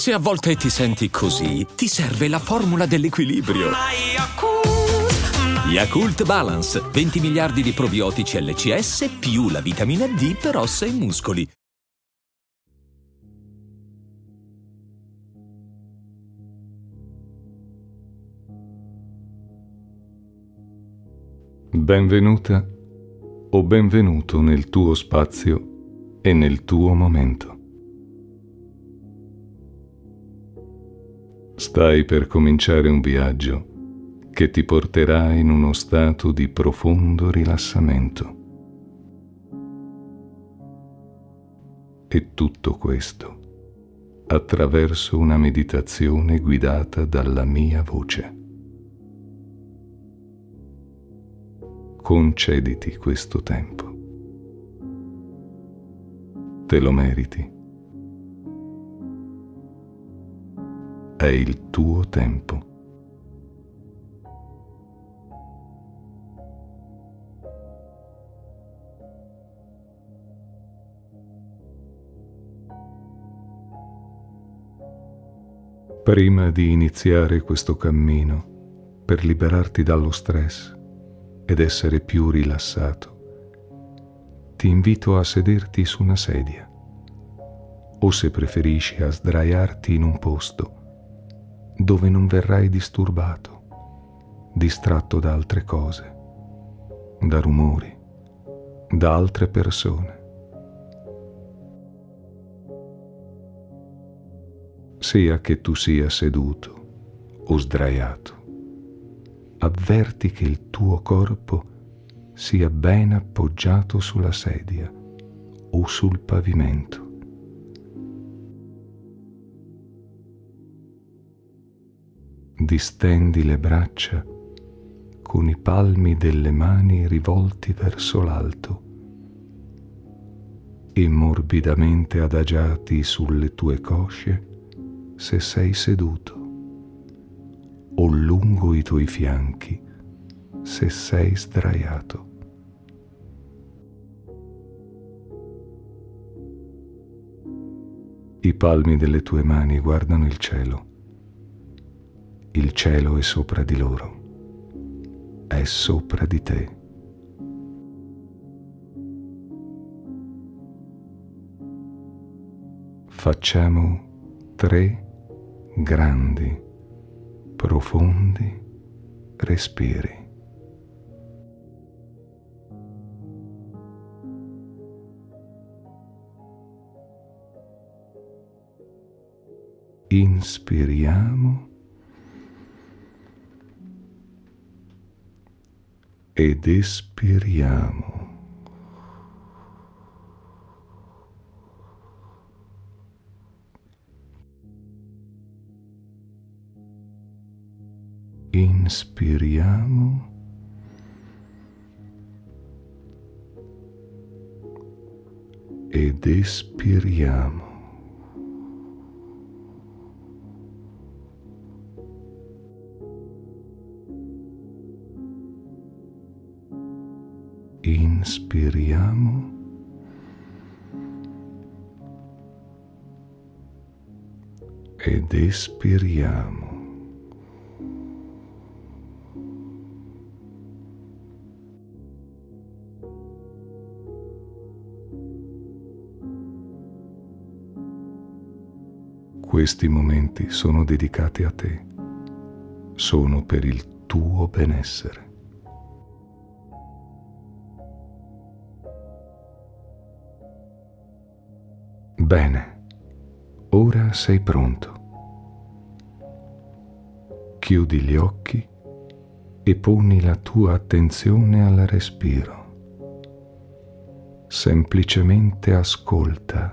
Se a volte ti senti così, ti serve la formula dell'equilibrio. Yakult Balance, 20 miliardi di probiotici LCS più la vitamina D per ossa e muscoli. Benvenuta o benvenuto nel tuo spazio e nel tuo momento. Stai per cominciare un viaggio che ti porterà in uno stato di profondo rilassamento. E tutto questo attraverso una meditazione guidata dalla mia voce. Concediti questo tempo. Te lo meriti. È il tuo tempo. Prima di iniziare questo cammino per liberarti dallo stress ed essere più rilassato, ti invito a sederti su una sedia o, se preferisci, a sdraiarti in un posto dove non verrai disturbato, distratto da altre cose, da rumori, da altre persone. Sia che tu sia seduto o sdraiato, avverti che il tuo corpo sia ben appoggiato sulla sedia o sul pavimento. Distendi le braccia con i palmi delle mani rivolti verso l'alto e morbidamente adagiati sulle tue cosce se sei seduto, o lungo i tuoi fianchi se sei sdraiato. I palmi delle tue mani guardano il cielo. Il cielo è sopra di loro, è sopra di te. Facciamo 3 grandi, profondi respiri. Inspiriamo ed espiriamo. Inspiriamo ed espiriamo. Inspiriamo ed espiriamo. Questi momenti sono dedicati a te, sono per il tuo benessere. Bene, ora sei pronto. Chiudi gli occhi e poni la tua attenzione al respiro. Semplicemente ascolta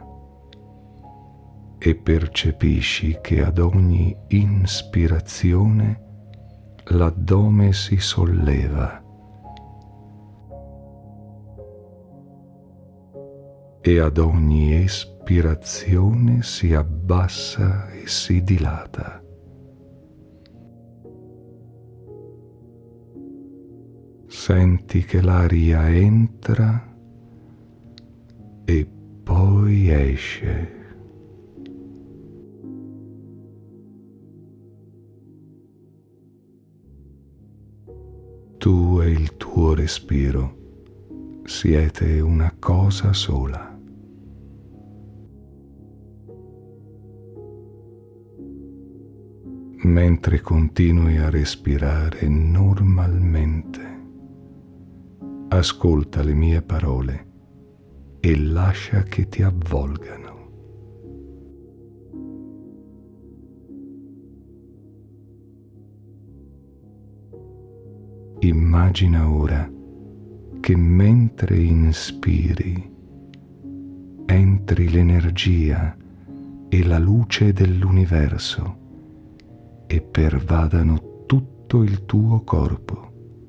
e percepisci che ad ogni inspirazione l'addome si solleva e ad ogni espirazione si abbassa e si dilata. Senti che l'aria entra e poi esce. Tu e il tuo respiro siete una cosa sola. Mentre continui a respirare normalmente, ascolta le mie parole e lascia che ti avvolgano. Immagina ora che mentre inspiri entri l'energia e la luce dell'universo e pervadano tutto il tuo corpo.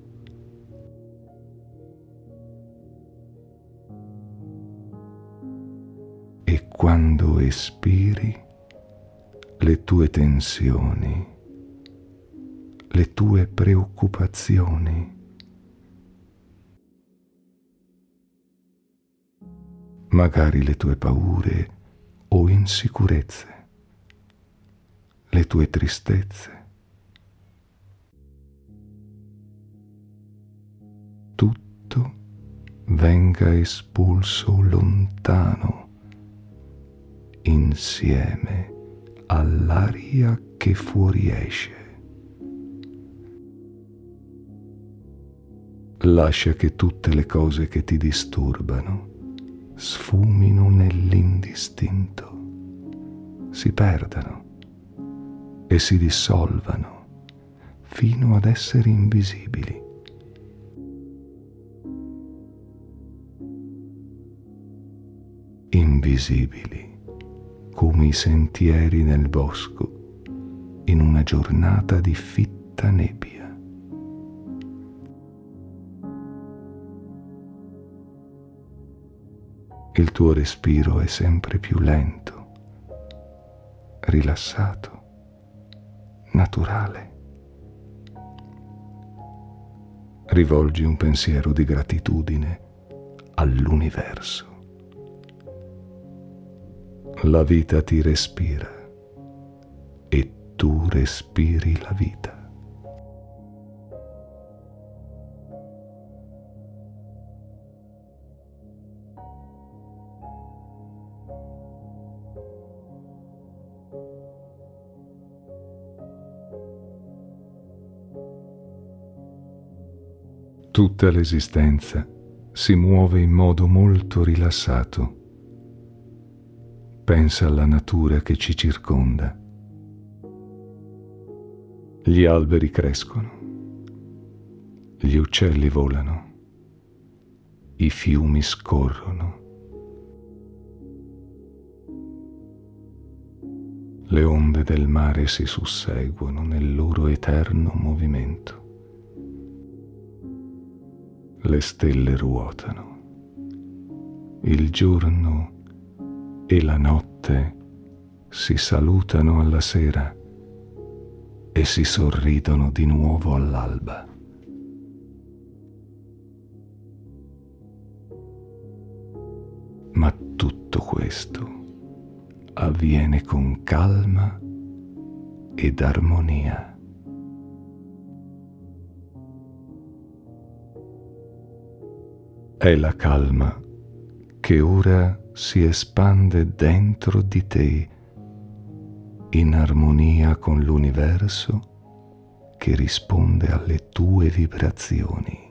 E quando espiri, le tue tensioni, le tue preoccupazioni, magari le tue paure o insicurezze, le tue tristezze, tutto venga espulso lontano insieme all'aria che fuoriesce. Lascia che tutte le cose che ti disturbano sfumino nell'indistinto, si perdano e si dissolvano fino ad essere invisibili. Invisibili come i sentieri nel bosco in una giornata di fitta nebbia. Il tuo respiro è sempre più lento, rilassato, naturale. Rivolgi un pensiero di gratitudine all'universo. La vita ti respira e tu respiri la vita. Tutta l'esistenza si muove in modo molto rilassato. Pensa alla natura che ci circonda. Gli alberi crescono, gli uccelli volano, i fiumi scorrono, le onde del mare si susseguono nel loro eterno movimento. Le stelle ruotano, il giorno e la notte si salutano alla sera e si sorridono di nuovo all'alba. Ma tutto questo avviene con calma ed armonia. È la calma che ora si espande dentro di te in armonia con l'universo che risponde alle tue vibrazioni.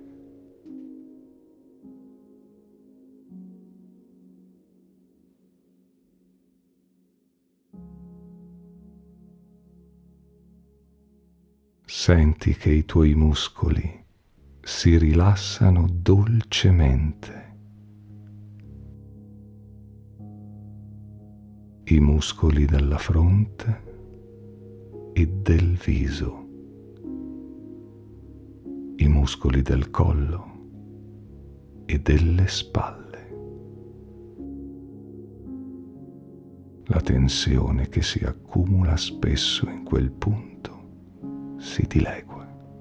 Senti che i tuoi muscoli si rilassano dolcemente. I muscoli della fronte e del viso, i muscoli del collo e delle spalle. La tensione che si accumula spesso in quel punto si dilegua.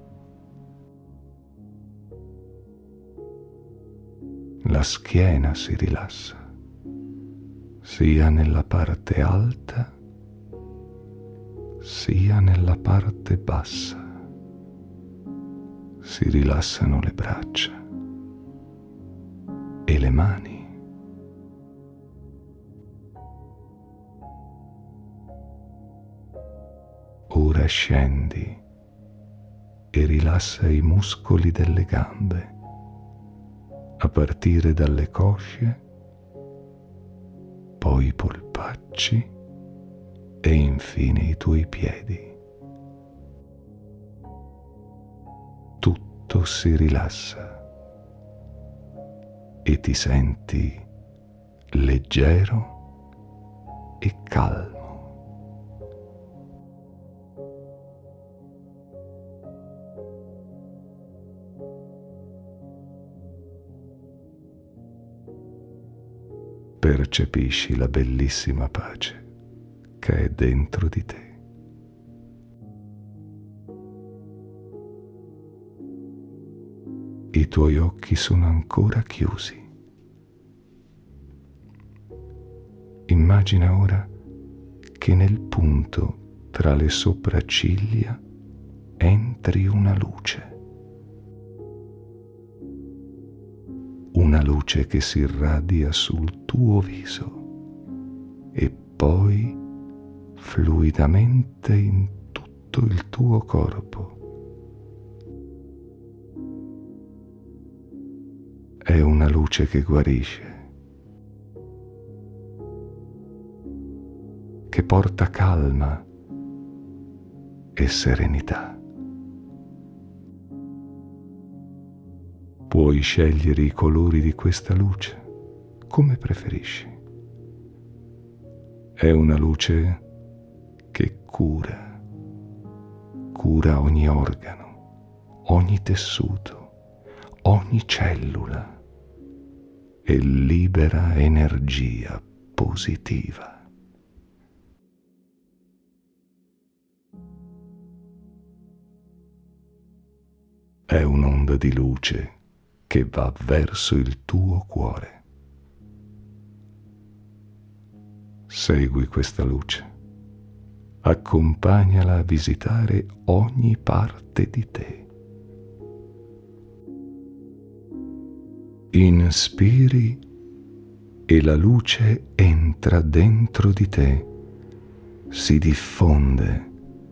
La schiena si rilassa, sia nella parte alta, sia nella parte bassa. si rilassano le braccia e le mani. Ora scendi e rilassa i muscoli delle gambe, a partire dalle cosce, poi i polpacci e infine i tuoi piedi. Tutto si rilassa e ti senti leggero e calmo. Percepisci la bellissima pace che è dentro di te. I tuoi occhi sono ancora chiusi. Immagina ora che nel punto tra le sopracciglia entri una luce che si irradia sul tuo viso e poi fluidamente in tutto il tuo corpo. È una luce che guarisce, che porta calma e serenità. Puoi scegliere i colori di questa luce come preferisci. È una luce che cura ogni organo, ogni tessuto, ogni cellula e libera energia positiva. È un'onda di luce che va verso il tuo cuore. Segui questa luce, accompagnala a visitare ogni parte di te. Inspiri e la luce entra dentro di te, si diffonde.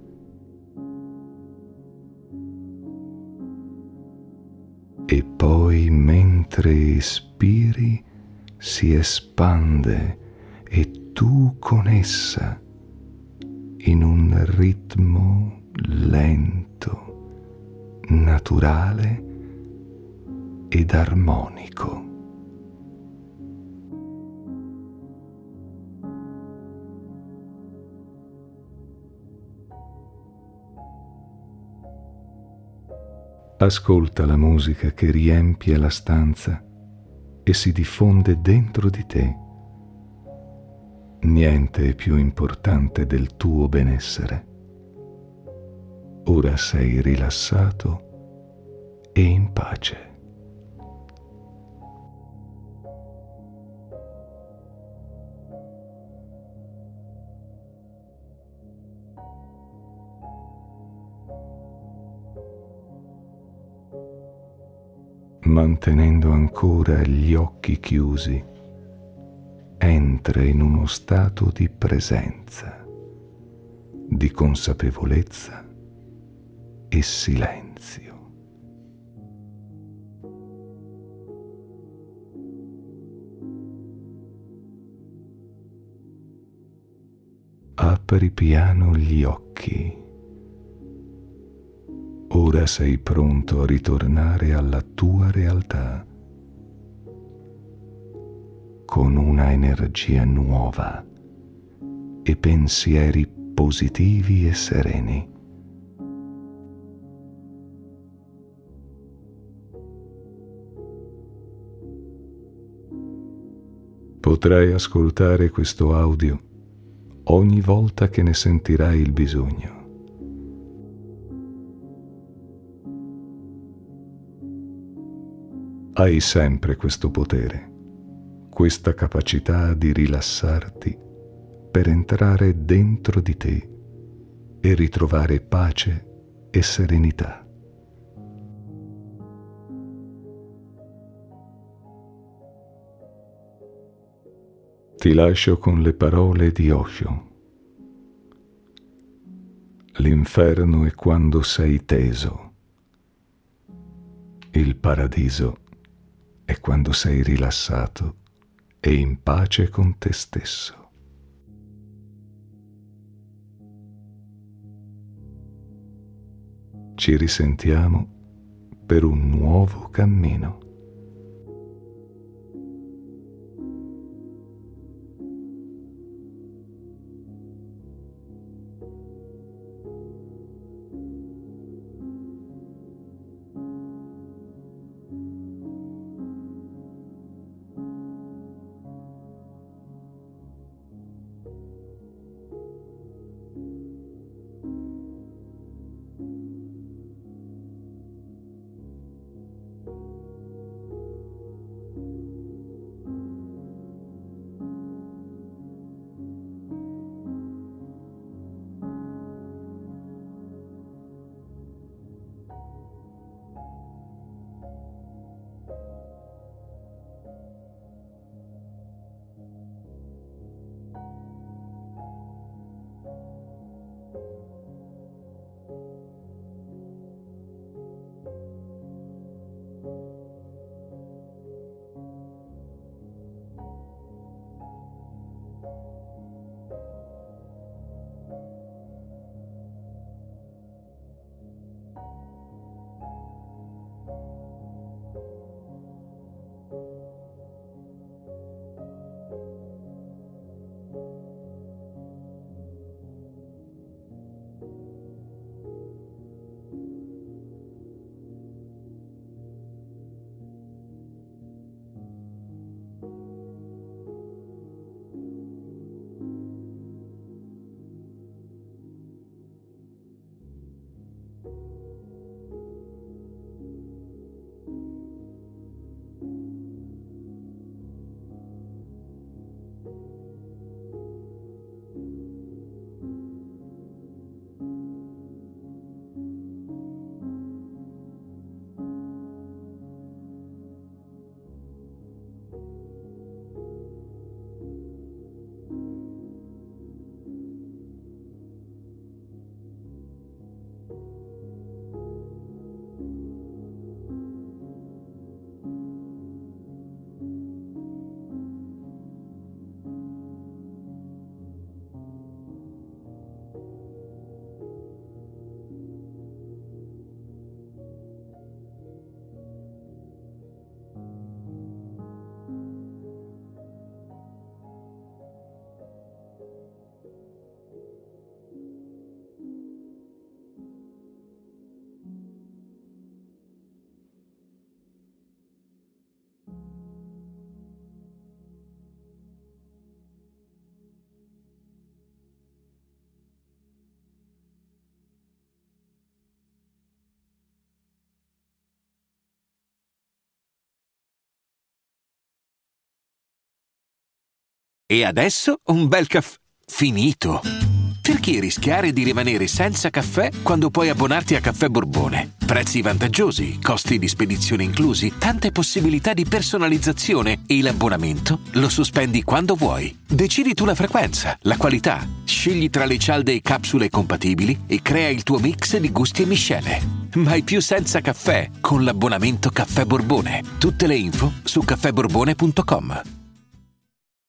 E poi, mentre espiri, si espande e tu con essa, in un ritmo lento, naturale ed armonico. Ascolta la musica che riempie la stanza e si diffonde dentro di te. Niente è più importante del tuo benessere. Ora sei rilassato e in pace. Mantenendo ancora gli occhi chiusi, entra in uno stato di presenza, di consapevolezza e silenzio. Apri piano gli occhi. Ora sei pronto a ritornare alla tua realtà con una energia nuova e pensieri positivi e sereni. Potrai ascoltare questo audio ogni volta che ne sentirai il bisogno. Hai sempre questo potere, questa capacità di rilassarti per entrare dentro di te e ritrovare pace e serenità. Ti lascio con le parole di Osho. L'inferno è quando sei teso. Il paradiso è quando sei rilassato e in pace con te stesso. Ci risentiamo per un nuovo cammino. E adesso un bel caffè finito. Perché rischiare di rimanere senza caffè quando puoi abbonarti a Caffè Borbone? Prezzi vantaggiosi, costi di spedizione inclusi, tante possibilità di personalizzazione e l'abbonamento lo sospendi quando vuoi. Decidi tu la frequenza, la qualità, scegli tra le cialde e capsule compatibili e crea il tuo mix di gusti e miscele. Mai più senza caffè con l'abbonamento Caffè Borbone. Tutte le info su caffèborbone.com.